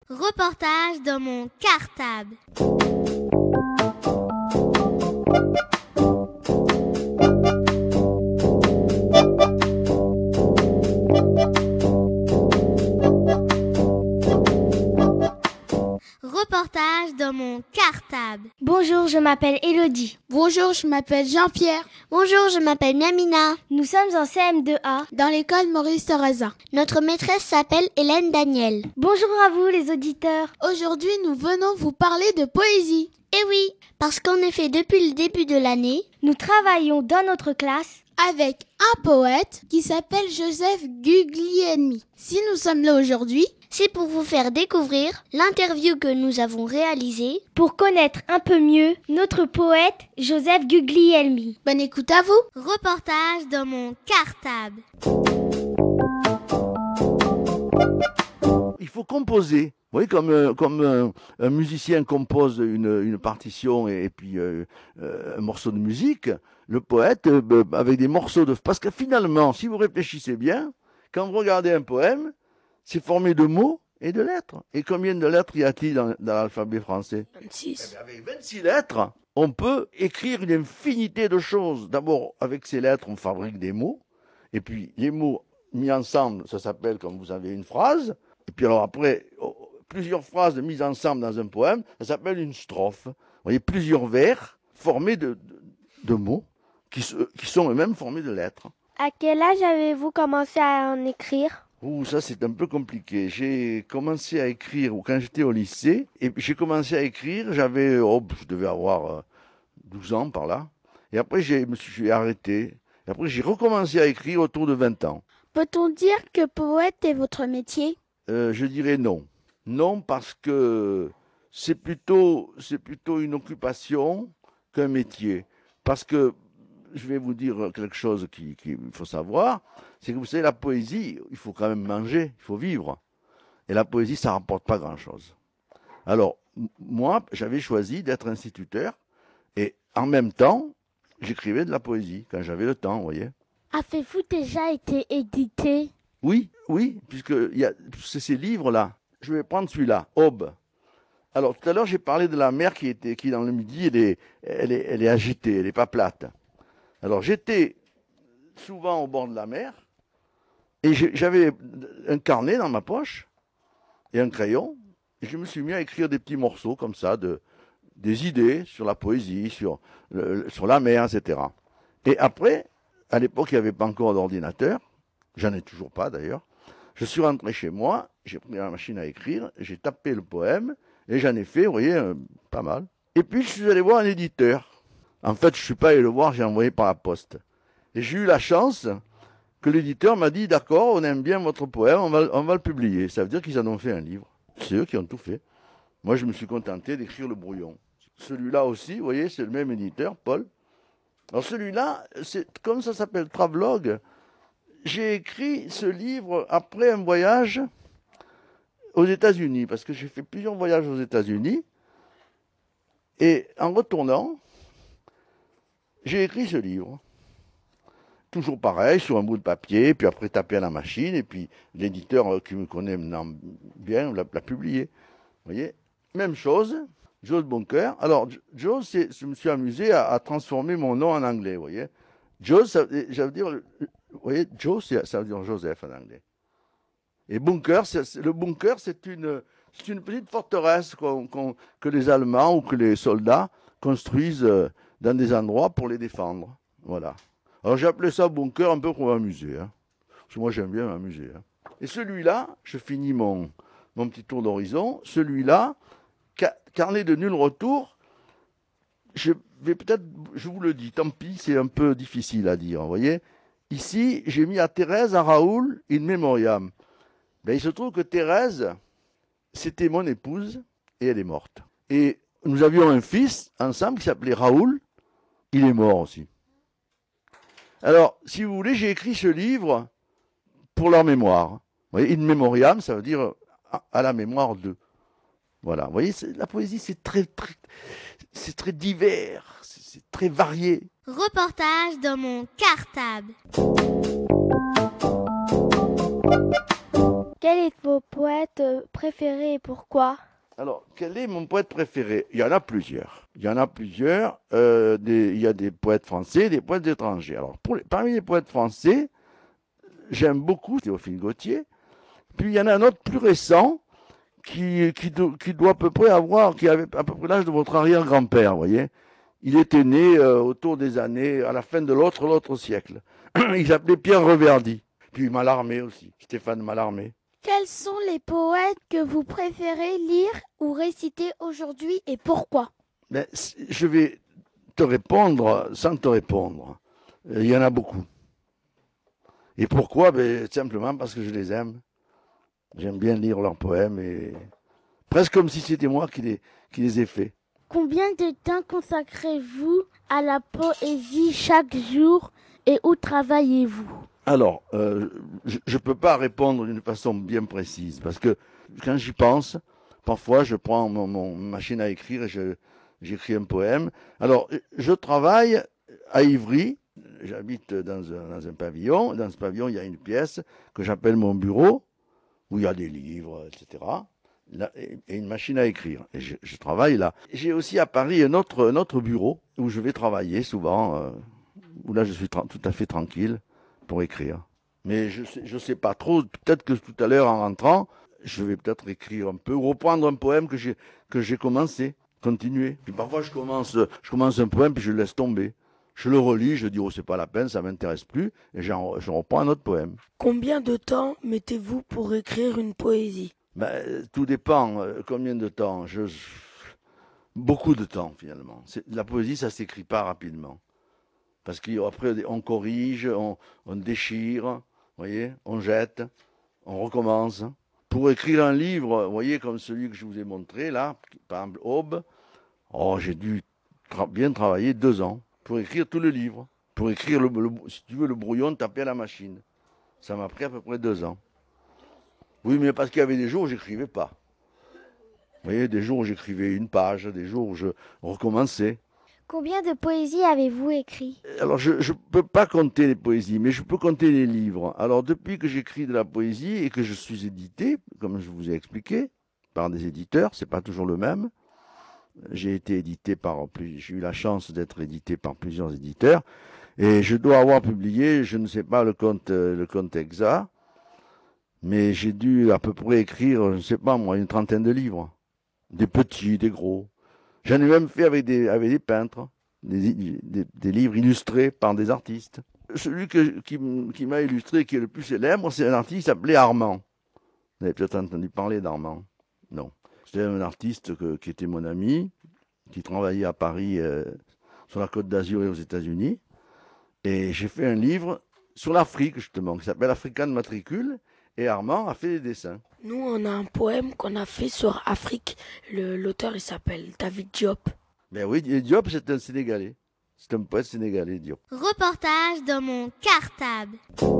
Reportage dans mon cartable. Reportage dans mon cartable. Bonjour, je m'appelle Elodie. Bonjour, je m'appelle Jean-Pierre. Bonjour, je m'appelle Miamina. Nous sommes en CM2A Dans l'école Maurice Thoreza. Notre maîtresse s'appelle Hélène Daniel. Bonjour à vous les auditeurs. Aujourd'hui, nous venons vous parler de poésie. Eh oui, parce qu'en effet, depuis le début de l'année, Nous travaillons dans notre classe Avec un poète qui s'appelle Joseph Guglielmi. Si nous sommes là aujourd'hui, c'est pour vous faire découvrir l'interview que nous avons réalisée. pour connaître un peu mieux notre poète Joseph Guglielmi. bonne écoute à vous. Reportage dans mon cartable. Il faut composer. Vous voyez, comme un musicien compose une partition et puis un morceau de musique, le poète, avec des morceaux de... Parce que finalement, si vous réfléchissez bien, quand vous regardez un poème, c'est formé de mots et de lettres. Et combien de lettres y a-t-il dans l'alphabet français ? 26. Avec 26 lettres, on peut écrire une infinité de choses. D'abord, avec ces lettres, on fabrique des mots. Et puis, les mots mis ensemble, ça s'appelle, comme vous avez, une phrase. Et puis alors après, plusieurs phrases mises ensemble dans un poème, ça s'appelle une strophe. Vous voyez, plusieurs vers formés de mots qui sont eux-mêmes formés de lettres. À quel âge avez-vous commencé à en écrire ? Ça c'est un peu compliqué. J'ai commencé à écrire quand j'étais au lycée. Et puis j'ai commencé à écrire, je devais avoir 12 ans par là. Et après je me suis arrêté. Et après j'ai recommencé à écrire autour de 20 ans. Peut-on dire que poète est votre métier ? Je dirais non. Non, parce que c'est plutôt une occupation qu'un métier. Parce que, je vais vous dire quelque chose qu'il faut savoir, c'est que vous savez, la poésie, il faut quand même manger, il faut vivre. Et la poésie, ça ne rapporte pas grand-chose. Alors, moi, j'avais choisi d'être instituteur, et en même temps, j'écrivais de la poésie, quand j'avais le temps, vous voyez. Avez-vous déjà été édité ? Oui, puisque c'est ces livres-là. Je vais prendre celui-là, Aube. Alors, tout à l'heure, j'ai parlé de la mer qui dans le midi, elle est agitée, elle n'est pas plate. Alors, j'étais souvent au bord de la mer, et j'avais un carnet dans ma poche, et un crayon, et je me suis mis à écrire des petits morceaux comme ça, des idées sur la poésie, sur la mer, etc. Et après, à l'époque, il n'y avait pas encore d'ordinateur, j'en ai toujours pas d'ailleurs. Je suis rentré chez moi, j'ai pris la machine à écrire, j'ai tapé le poème, et j'en ai fait, vous voyez, pas mal. Et puis je suis allé voir un éditeur. En fait, je ne suis pas allé le voir, j'ai envoyé par la poste. Et j'ai eu la chance que l'éditeur m'a dit, d'accord, on aime bien votre poème, on va le publier. Ça veut dire qu'ils en ont fait un livre. C'est eux qui ont tout fait. Moi, je me suis contenté d'écrire le brouillon. Celui-là aussi, vous voyez, c'est le même éditeur, Paul. Alors celui-là, comme ça s'appelle Travelogue, j'ai écrit ce livre après un voyage aux États-Unis, parce que j'ai fait plusieurs voyages aux États-Unis, et en retournant, j'ai écrit ce livre. Toujours pareil, sur un bout de papier, puis après tapé à la machine, et puis l'éditeur qui me connaît maintenant bien l'a publié. Vous voyez ? Même chose, Joe Bunker. Alors, Joe, je me suis amusé à transformer mon nom en anglais, vous voyez ? Joe, ça veut dire, vous voyez, Joe, ça veut dire Joseph en anglais. Et bunker, le bunker, c'est une petite forteresse que les Allemands ou que les soldats construisent dans des endroits pour les défendre. Voilà. Alors j'ai appelé ça bunker un peu pour m'amuser. Parce que moi j'aime bien m'amuser. Et celui-là, je finis mon petit tour d'horizon. Celui-là, carnet de nul retour, je vous le dis, tant pis, c'est un peu difficile à dire, vous voyez. Ici, j'ai mis à Thérèse, à Raoul, in memoriam. Ben, il se trouve que Thérèse, c'était mon épouse, et elle est morte. Et nous avions un fils ensemble qui s'appelait Raoul, il est mort aussi. Alors, si vous voulez, j'ai écrit ce livre pour leur mémoire. Vous voyez, in memoriam, ça veut dire à la mémoire d'eux. Voilà, vous voyez, la poésie, c'est très divers, c'est très varié. Reportage dans mon cartable. Quel est vos poètes préférés et pourquoi? Alors, quel est mon poète préféré? Il y en a plusieurs. Il y en a plusieurs. Il y a des poètes français et des poètes étrangers. Alors, parmi les poètes français, j'aime beaucoup Théophile Gautier. Puis, il y en a un autre plus récent qui doit à peu près qui avait à peu près l'âge de votre arrière-grand-père, vous voyez. Il était né autour des années, à la fin de l'autre siècle. Il s'appelait Pierre Reverdy. Puis Mallarmé aussi, Stéphane Mallarmé. Quels sont les poètes que vous préférez lire ou réciter aujourd'hui et pourquoi? Mais je vais te répondre sans te répondre. Il y en a beaucoup. Et pourquoi? Simplement parce que je les aime. J'aime bien lire leurs poèmes et presque comme si c'était moi qui les ai faits. Combien de temps consacrez-vous à la poésie chaque jour et où travaillez-vous? Alors, je ne peux pas répondre d'une façon bien précise parce que quand j'y pense, parfois je prends mon machine à écrire et j'écris un poème. Alors, je travaille à Ivry. J'habite dans un pavillon. Dans ce pavillon, il y a une pièce que j'appelle mon bureau où il y a des livres, etc. Et une machine à écrire. Et je travaille là. J'ai aussi à Paris un autre bureau où je vais travailler souvent, où là je suis tout à fait tranquille pour écrire. Mais je sais pas trop. Peut-être que tout à l'heure en rentrant, je vais peut-être écrire un peu ou reprendre un poème que j'ai commencé, continuer. Puis parfois je commence un poème puis je le laisse tomber. Je le relis, je dis oh c'est pas la peine, ça m'intéresse plus et je reprends un autre poème. Combien de temps mettez-vous pour écrire une poésie? Tout dépend. Combien de temps? Beaucoup de temps finalement. La poésie, ça s'écrit pas rapidement. Parce qu'après, on corrige, on déchire, voyez, on jette, on recommence. Pour écrire un livre, vous voyez, comme celui que je vous ai montré là, par exemple Aube, j'ai dû bien travailler 2 ans pour écrire tout le livre. Pour écrire, si tu veux, le brouillon tapé à la machine. Ça m'a pris à peu près 2 ans. Oui, mais parce qu'il y avait des jours où j'écrivais pas. Vous voyez, des jours où j'écrivais une page, des jours où je recommençais. Combien de poésies avez-vous écrit? Alors, je ne peux pas compter les poésies, mais je peux compter les livres. Alors, depuis que j'écris de la poésie et que je suis édité, comme je vous ai expliqué, par des éditeurs, c'est pas toujours le même. J'ai eu la chance d'être édité par plusieurs éditeurs, et je dois avoir publié, je ne sais pas le compte exact, mais j'ai dû à peu près écrire, je ne sais pas moi, une 30aine de livres. Des petits, des gros. J'en ai même fait avec des peintres, des livres illustrés par des artistes. Celui qui m'a illustré, qui est le plus célèbre, c'est un artiste qui s'appelait Armand. Vous avez peut-être entendu parler d'Armand? Non. C'était un artiste qui était mon ami, qui travaillait à Paris, sur la Côte d'Azur et aux États-Unis. Et j'ai fait un livre sur l'Afrique, justement, qui s'appelle African Matricule. Et Armand a fait des dessins. Nous, on a un poème qu'on a fait sur Afrique. L'auteur, il s'appelle David Diop. Ben oui, Diop, c'est un Sénégalais. C'est un poète sénégalais, Diop. Reportage dans mon cartable.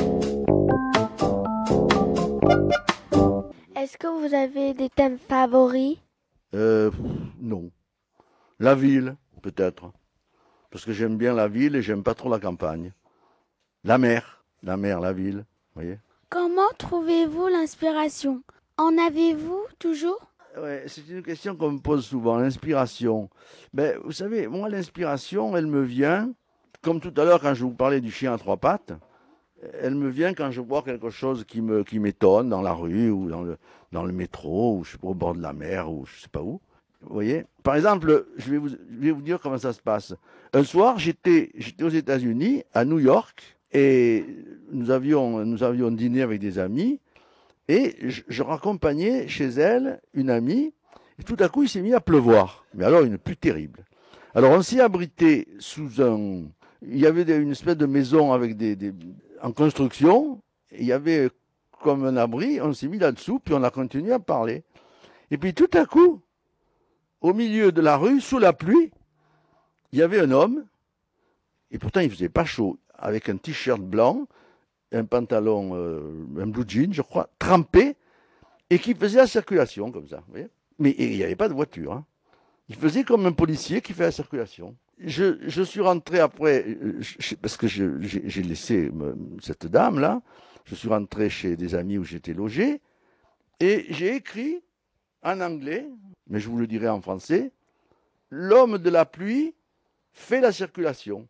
Est-ce que vous avez des thèmes favoris? Non. La ville, peut-être. Parce que j'aime bien la ville et j'aime pas trop la campagne. La mer, la ville, vous voyez. Comment trouvez-vous l'inspiration? En avez-vous toujours? Ouais, c'est une question qu'on me pose souvent, l'inspiration. Vous savez, moi, l'inspiration, elle me vient, comme tout à l'heure quand je vous parlais du chien à 3 pattes, elle me vient quand je vois quelque chose qui m'étonne dans la rue ou dans le métro ou je sais pas, au bord de la mer ou je sais pas où. Vous voyez? Par exemple, je vais vous dire comment ça se passe. Un soir, j'étais aux États-Unis, à New York, et nous avions dîné avec des amis, et je raccompagnais chez elle une amie, et tout à coup, il s'est mis à pleuvoir. Mais alors, une pluie terrible. Alors, on s'est abrité il y avait une espèce de maison avec en construction, et il y avait comme un abri, on s'est mis là-dessous, puis on a continué à parler. Et puis, tout à coup, au milieu de la rue, sous la pluie, il y avait un homme, et pourtant, il faisait pas chaud, avec un t-shirt blanc, un pantalon, un blue jean, je crois, trempé, et qui faisait la circulation, comme ça. Vous voyez, mais il n'y avait pas de voiture. Hein. Il faisait comme un policier qui fait la circulation. Je suis rentré après, parce que j'ai laissé cette dame-là, je suis rentré chez des amis où j'étais logé, Et j'ai écrit en anglais, mais je vous le dirai en français, l'homme de la pluie fait la circulation.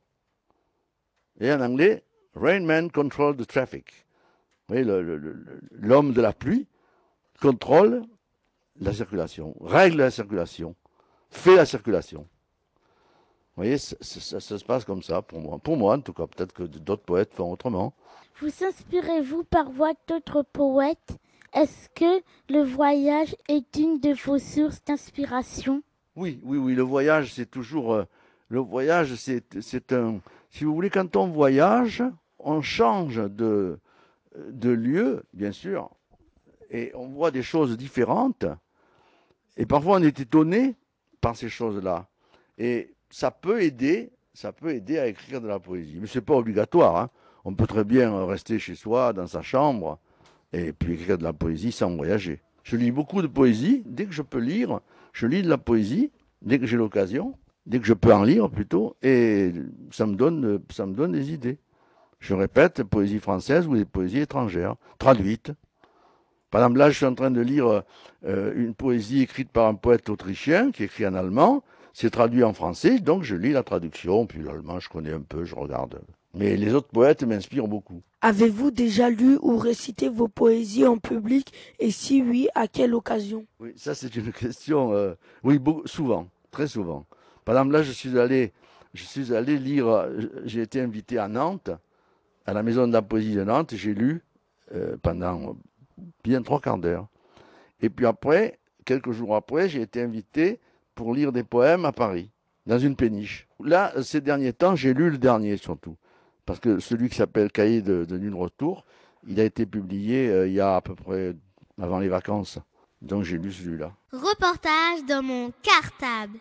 Et en anglais, Rain Man control the traffic. Oui, l'homme de la pluie contrôle la circulation, règle la circulation, fait la circulation. Vous voyez, ça se passe comme ça pour moi. Pour moi, en tout cas, peut-être que d'autres poètes font autrement. Vous inspirez-vous par voie d'autres poètes? Est-ce que le voyage est une de vos sources d'inspiration? Oui, le voyage, c'est toujours... le voyage, c'est un... Si vous voulez, quand on voyage, on change de lieu, bien sûr, et on voit des choses différentes. Et parfois, on est étonné par ces choses-là. Et ça peut aider à écrire de la poésie. Mais ce n'est pas obligatoire. Hein. On peut très bien rester chez soi, dans sa chambre, et puis écrire de la poésie sans voyager. Je lis beaucoup de poésie. Dès que je peux lire, je lis de la poésie, dès que j'ai l'occasion, dès que je peux en lire plutôt, et ça me donne des idées. Je répète, poésie française ou des poésies étrangères, traduites. Par exemple, là, je suis en train de lire une poésie écrite par un poète autrichien qui écrit en allemand. C'est traduit en français, donc je lis la traduction. Puis l'allemand, je connais un peu, je regarde. Mais les autres poètes m'inspirent beaucoup. Avez-vous déjà lu ou récité vos poésies en public et si oui, à quelle occasion? Oui, ça c'est une question. Oui, souvent, très souvent. Par exemple, là, je suis allé lire. J'ai été invité à Nantes, à la Maison de la Poésie de Nantes. J'ai lu pendant bien 3/4 d'heure. Et puis après, quelques jours après, j'ai été invité pour lire des poèmes à Paris, dans une péniche. Là, ces derniers temps, j'ai lu le dernier surtout. Parce que celui qui s'appelle Cahier de nul retour, il a été publié il y a à peu près avant les vacances. Donc j'ai lu celui-là. Reportage dans mon cartable.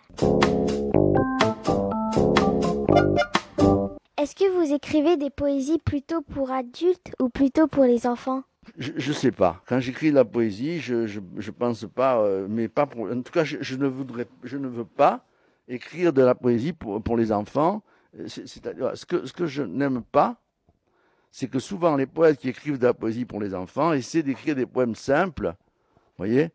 Est-ce que vous écrivez des poésies plutôt pour adultes ou plutôt pour les enfants? Je sais pas. Quand j'écris de la poésie, je pense pas, mais pas pour. En tout cas, je ne veux pas écrire de la poésie pour les enfants. C'est-à-dire, ce que je n'aime pas, c'est que souvent les poètes qui écrivent de la poésie pour les enfants essaient d'écrire des poèmes simples, voyez.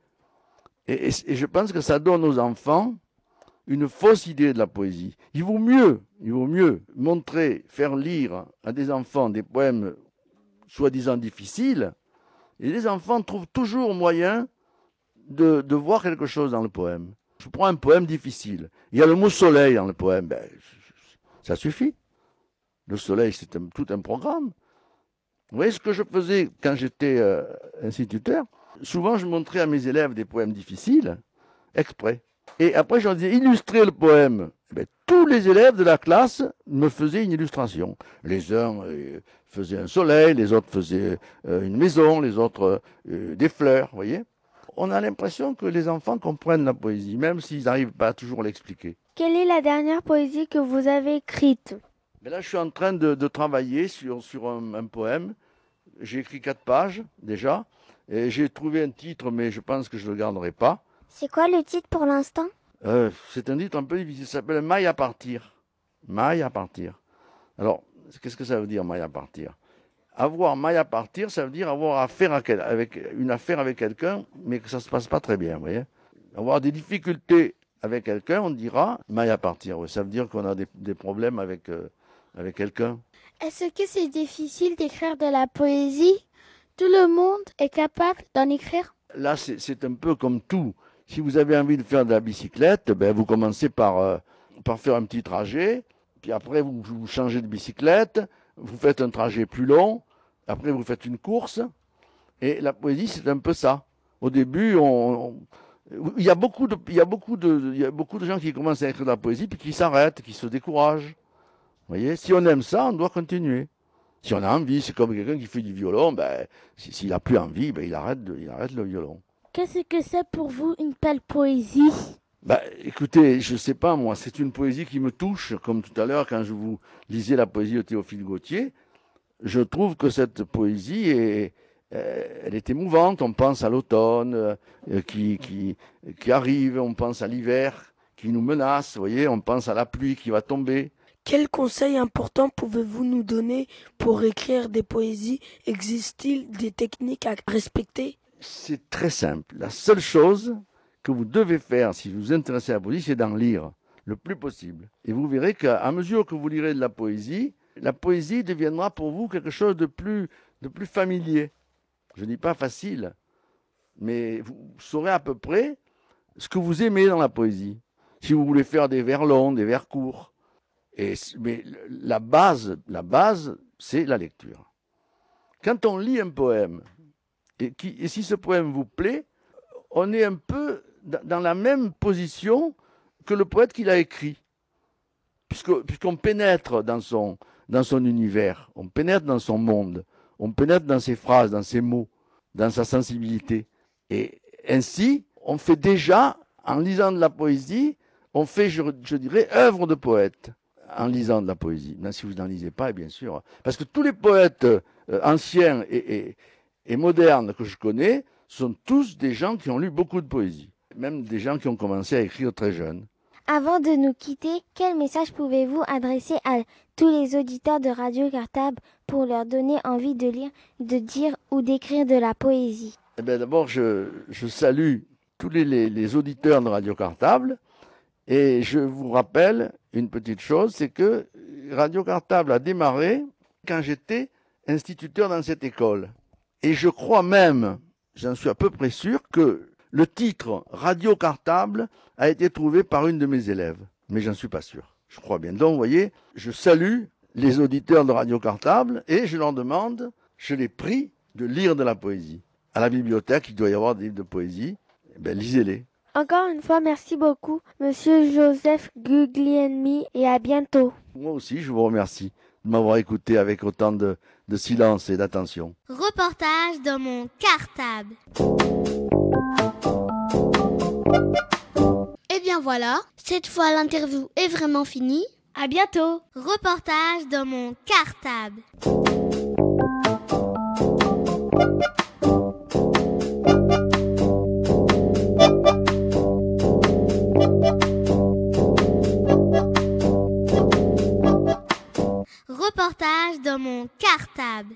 Et je pense que ça donne aux enfants une fausse idée de la poésie. Il vaut mieux montrer, faire lire à des enfants des poèmes soi-disant difficiles. Et les enfants trouvent toujours moyen de voir quelque chose dans le poème. Je prends un poème difficile. Il y a le mot soleil dans le poème. Ben, ça suffit. Le soleil, c'est tout un programme. Vous voyez ce que je faisais quand j'étais instituteur? Souvent, je montrais à mes élèves des poèmes difficiles, exprès. Et après, je leur disais, illustrez le poème. Ben, tous les élèves de la classe me faisaient une illustration. Les uns faisaient un soleil, les autres faisaient une maison, les autres des fleurs, vous voyez. On a l'impression que les enfants comprennent la poésie, même s'ils n'arrivent pas à toujours l'expliquer. Quelle est la dernière poésie que vous avez écrite? Mais là, je suis en train de travailler sur un poème. J'ai écrit 4 pages déjà. Et j'ai trouvé un titre, mais je pense que je ne le garderai pas. C'est quoi le titre pour l'instant? C'est un titre un peu difficile. Ça s'appelle Maille à partir. Maille à partir. Alors, qu'est-ce que ça veut dire, maille à partir? Avoir maille à partir, ça veut dire avoir affaire une affaire avec quelqu'un, mais que ça ne se passe pas très bien, vous voyez. Avoir des difficultés avec quelqu'un, on dira maille à partir. Ouais. Ça veut dire qu'on a des problèmes avec quelqu'un. Est-ce que c'est difficile d'écrire de la poésie? Tout le monde est capable d'en écrire? Là, c'est un peu comme tout. Si vous avez envie de faire de la bicyclette, ben, vous commencez par faire un petit trajet, puis après vous changez de bicyclette, vous faites un trajet plus long, après vous faites une course, et la poésie c'est un peu ça. Au début, il y a beaucoup de gens qui commencent à écrire de la poésie puis qui s'arrêtent, qui se découragent. Vous voyez, si on aime ça, on doit continuer. Si on a envie, c'est comme quelqu'un qui fait du violon, ben s'il n'a plus envie, ben il arrête le violon. Qu'est-ce que c'est pour vous une belle poésie? Bah, écoutez, je sais pas moi, c'est une poésie qui me touche, comme tout à l'heure quand je vous lisais la poésie de Théophile Gautier. Je trouve que cette poésie elle est émouvante. On pense à l'automne qui arrive, on pense à l'hiver qui nous menace, vous voyez, on pense à la pluie qui va tomber. Quels conseils importants pouvez-vous nous donner pour écrire des poésies? Existe-t-il des techniques à respecter? C'est très simple. La seule chose que vous devez faire si vous vous intéressez à la poésie, c'est d'en lire le plus possible. Et vous verrez qu'à mesure que vous lirez de la poésie deviendra pour vous quelque chose de plus familier. Je ne dis pas facile, mais vous saurez à peu près ce que vous aimez dans la poésie. Si vous voulez faire des vers longs, des vers courts. Mais la base, c'est la lecture. Quand on lit un poème, et si ce poème vous plaît, on est un peu dans la même position que le poète qui l'a écrit. Puisqu'on pénètre dans son univers, on pénètre dans son monde, on pénètre dans ses phrases, dans ses mots, dans sa sensibilité. Et ainsi, on fait déjà, en lisant de la poésie, on fait, je dirais, œuvre de poète en lisant de la poésie. Même si vous n'en lisez pas, bien sûr. Parce que tous les poètes anciens et modernes que je connais sont tous des gens qui ont lu beaucoup de poésie. Même des gens qui ont commencé à écrire très jeunes. Avant de nous quitter, quel message pouvez-vous adresser à tous les auditeurs de Radio Cartable pour leur donner envie de lire, de dire ou d'écrire de la poésie? Eh bien, d'abord, je salue tous les auditeurs de Radio Cartable et je vous rappelle une petite chose, c'est que Radio Cartable a démarré quand j'étais instituteur dans cette école. Et je crois même, j'en suis à peu près sûr, que le titre Radio Cartable a été trouvé par une de mes élèves. Mais j'en suis pas sûr. Je crois bien. Donc, vous voyez, je salue les auditeurs de Radio Cartable et je leur demande, je les prie de lire de la poésie. À la bibliothèque, il doit y avoir des livres de poésie. Eh bien, lisez-les. Encore une fois, merci beaucoup, Monsieur Joseph Guglielmi, et à bientôt. Moi aussi, je vous remercie de m'avoir écouté avec autant de silence et d'attention. Reportage dans mon cartable. Et bien voilà, cette fois l'interview est vraiment finie. À bientôt. Reportage dans mon cartable.